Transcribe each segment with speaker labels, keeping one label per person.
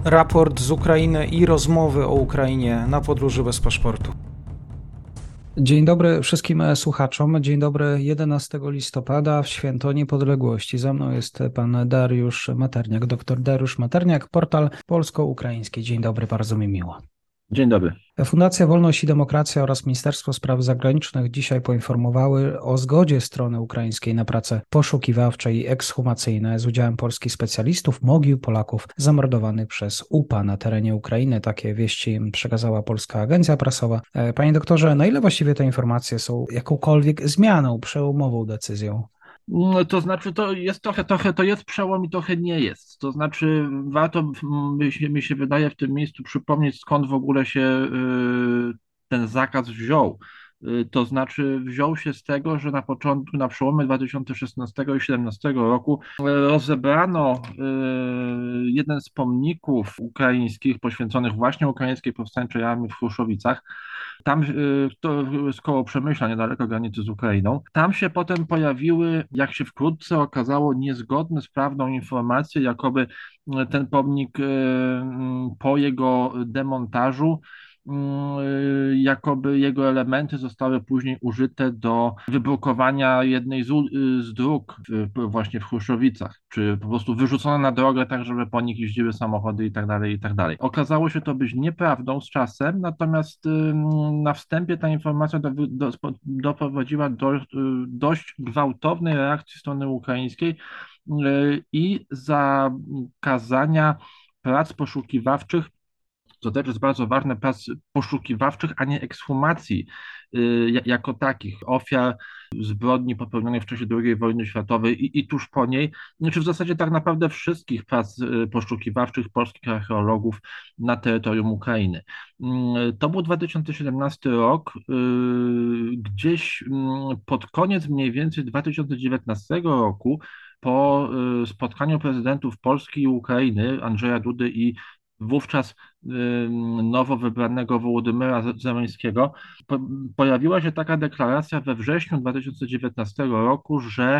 Speaker 1: Raport z Ukrainy i rozmowy o Ukrainie na podróży bez paszportu. Dzień dobry wszystkim słuchaczom. Dzień dobry 11 listopada w Święto Niepodległości. Ze mną jest pan Dariusz Materniak, dr Dariusz Materniak, portal polsko-ukraiński. Dzień dobry, bardzo mi miło.
Speaker 2: Dzień dobry.
Speaker 1: Fundacja Wolność i Demokracja oraz Ministerstwo Spraw Zagranicznych dzisiaj poinformowały o zgodzie strony ukraińskiej na prace poszukiwawcze i ekshumacyjne z udziałem polskich specjalistów mogił Polaków zamordowanych przez UPA na terenie Ukrainy. Takie wieści przekazała polska agencja prasowa. Panie doktorze, na ile właściwie te informacje są jakąkolwiek zmianą, przełomową decyzją?
Speaker 2: To znaczy, to jest trochę to jest przełom i trochę nie jest. To znaczy, warto, mi się wydaje, w tym miejscu przypomnieć, skąd w ogóle się ten zakaz wziął. To znaczy, wziął się z tego, że na początku, na przełomie 2016 i 2017 roku rozebrano jeden z pomników ukraińskich poświęconych właśnie ukraińskiej powstańczej armii w Chruszowicach. Tam, to jest koło Przemyśla, niedaleko granicy z Ukrainą. Tam się potem pojawiły, jak się wkrótce okazało, niezgodne z prawdą informacje, jakoby ten pomnik po jego demontażu, jakoby jego elementy zostały później użyte do wybrukowania jednej z dróg właśnie w Chruszowicach, czy po prostu wyrzucone na drogę tak, żeby po nich jeździły samochody i tak dalej, i tak dalej. Okazało się to być nieprawdą z czasem, natomiast na wstępie ta informacja doprowadziła do dość gwałtownej reakcji strony ukraińskiej i zakazania prac poszukiwawczych, to też jest bardzo ważne, prac poszukiwawczych, a nie ekshumacji jako takich, ofiar zbrodni popełnionych w czasie II wojny światowej i tuż po niej, czy w zasadzie tak naprawdę wszystkich prac poszukiwawczych polskich archeologów na terytorium Ukrainy. To był 2017 rok, gdzieś pod koniec mniej więcej 2019 roku, po spotkaniu prezydentów Polski i Ukrainy, Andrzeja Dudy i wówczas nowo wybranego Wołodymyra Zełenskiego, pojawiła się taka deklaracja we wrześniu 2019 roku, że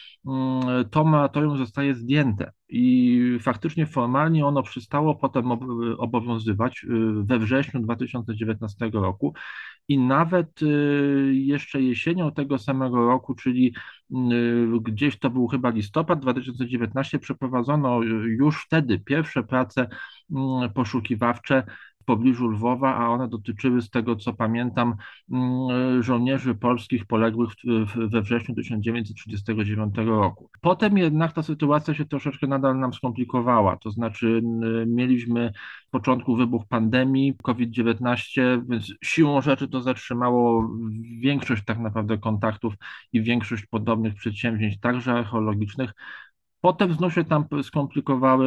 Speaker 2: to moratorium zostaje zdjęte i faktycznie formalnie ono przestało potem obowiązywać we wrześniu 2019 roku i nawet jeszcze jesienią tego samego roku, czyli gdzieś to był chyba listopad 2019, przeprowadzono już wtedy pierwsze prace poszukiwawcze w pobliżu Lwowa, a one dotyczyły, z tego co pamiętam, żołnierzy polskich poległych we wrześniu 1939 roku. Potem jednak ta sytuacja się troszeczkę nadal nam skomplikowała, to znaczy mieliśmy w początku wybuch pandemii COVID-19, więc siłą rzeczy to zatrzymało większość tak naprawdę kontaktów i większość podobnych przedsięwzięć, także archeologicznych. Potem znów się tam skomplikowały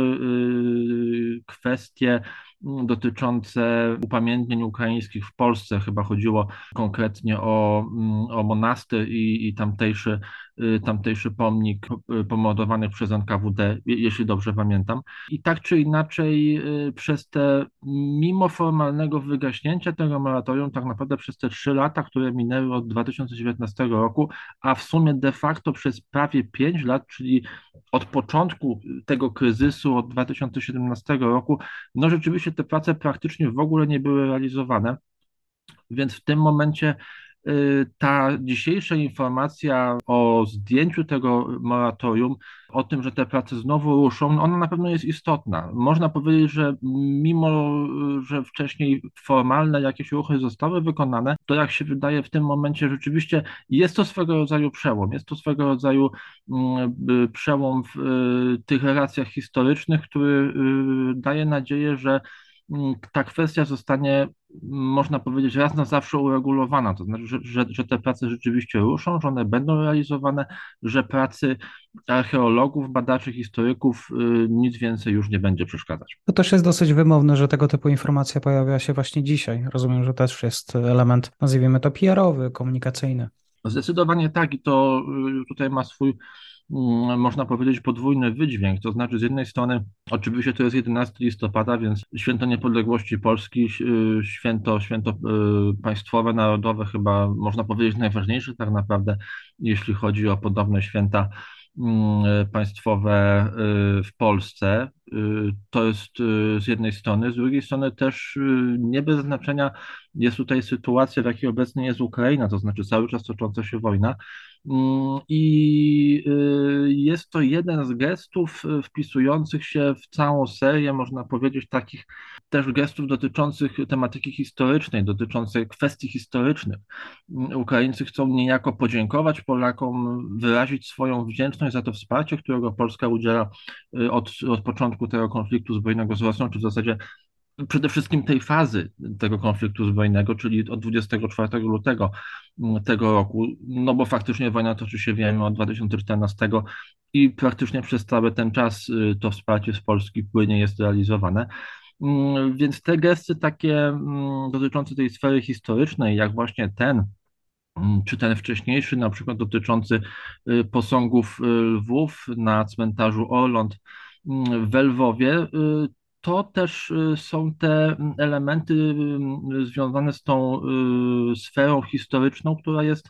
Speaker 2: kwestie dotyczące upamiętnień ukraińskich w Polsce. Chyba chodziło konkretnie o monastyr i tamtejszy pomnik pomordowanych przez NKWD, jeśli dobrze pamiętam. I tak czy inaczej przez te, mimo formalnego wygaśnięcia tego moratorium, tak naprawdę przez te 3 lata, które minęły od 2019 roku, a w sumie de facto przez prawie 5 lat, czyli od początku tego kryzysu, od 2017 roku, no rzeczywiście te prace praktycznie w ogóle nie były realizowane, więc w tym momencie ta dzisiejsza informacja o zdjęciu tego moratorium, o tym, że te prace znowu ruszą, ona na pewno jest istotna. Można powiedzieć, że mimo, że wcześniej formalne jakieś ruchy zostały wykonane, to jak się wydaje w tym momencie rzeczywiście jest to swego rodzaju przełom. Jest to swego rodzaju przełom w tych relacjach historycznych, który daje nadzieję, że ta kwestia zostanie, można powiedzieć, raz na zawsze uregulowana. To znaczy, że te prace rzeczywiście ruszą, że one będą realizowane, że pracy archeologów, badaczy, historyków nic więcej już nie będzie przeszkadzać.
Speaker 1: To też jest dosyć wymowne, że tego typu informacja pojawia się właśnie dzisiaj. Rozumiem, że też jest element, nazwijmy to PR-owy, komunikacyjny.
Speaker 2: Zdecydowanie tak i to tutaj ma swój, można powiedzieć, podwójny wydźwięk. To znaczy, z jednej strony, oczywiście to jest 11 listopada, więc święto niepodległości Polski, święto państwowe, narodowe, chyba można powiedzieć najważniejsze tak naprawdę, jeśli chodzi o podobne święta państwowe w Polsce. To jest z jednej strony, z drugiej strony też nie bez znaczenia jest tutaj sytuacja, w jakiej obecnie jest Ukraina, to znaczy cały czas tocząca się wojna. I jest to jeden z gestów wpisujących się w całą serię, można powiedzieć, takich też gestów dotyczących tematyki historycznej, dotyczących kwestii historycznych. Ukraińcy chcą niejako podziękować Polakom, wyrazić swoją wdzięczność za to wsparcie, którego Polska udziela od początku tego konfliktu zbrojnego z Rosją, czy w zasadzie przede wszystkim tej fazy tego konfliktu zbrojnego, czyli od 24 lutego tego roku, no bo faktycznie wojna toczy się, wiemy, od 2014 i praktycznie przez cały ten czas to wsparcie z Polski płynnie jest realizowane. Więc te gesty takie dotyczące tej sfery historycznej, jak właśnie ten, czy ten wcześniejszy, na przykład dotyczący posągów lwów na cmentarzu Orląt w Lwowie, to też są te elementy związane z tą sferą historyczną, która jest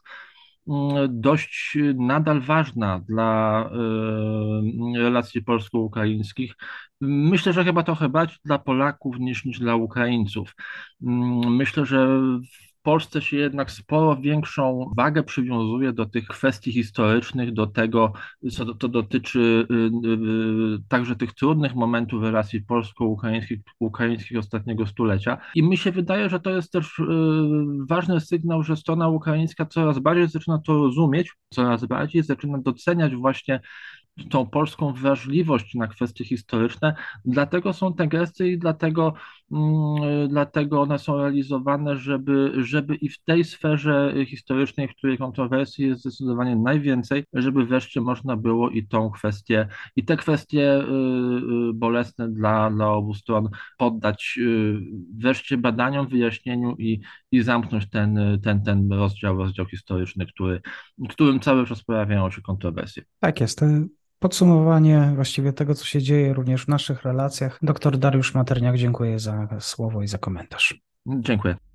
Speaker 2: dość nadal ważna dla relacji polsko-ukraińskich. Myślę, że chyba trochę bardziej dla Polaków niż dla Ukraińców. Myślę, że w Polsce się jednak sporo większą wagę przywiązuje do tych kwestii historycznych, do tego, co to dotyczy także tych trudnych momentów relacji polsko-ukraińskich ostatniego stulecia. I mi się wydaje, że to jest też ważny sygnał, że strona ukraińska coraz bardziej zaczyna to rozumieć, coraz bardziej zaczyna doceniać właśnie tą polską wrażliwość na kwestie historyczne. Dlatego są te gesty i dlatego one są realizowane, żeby i w tej sferze historycznej, w której kontrowersji jest zdecydowanie najwięcej, żeby wreszcie można było i tą kwestię, i te kwestie bolesne dla obu stron poddać wreszcie badaniom, wyjaśnieniu i zamknąć ten rozdział historyczny, którym cały czas pojawiają się kontrowersje.
Speaker 1: Tak jest. Podsumowanie właściwie tego, co się dzieje również w naszych relacjach. Dr Dariusz Materniak, dziękuję za słowo i za komentarz.
Speaker 2: Dziękuję.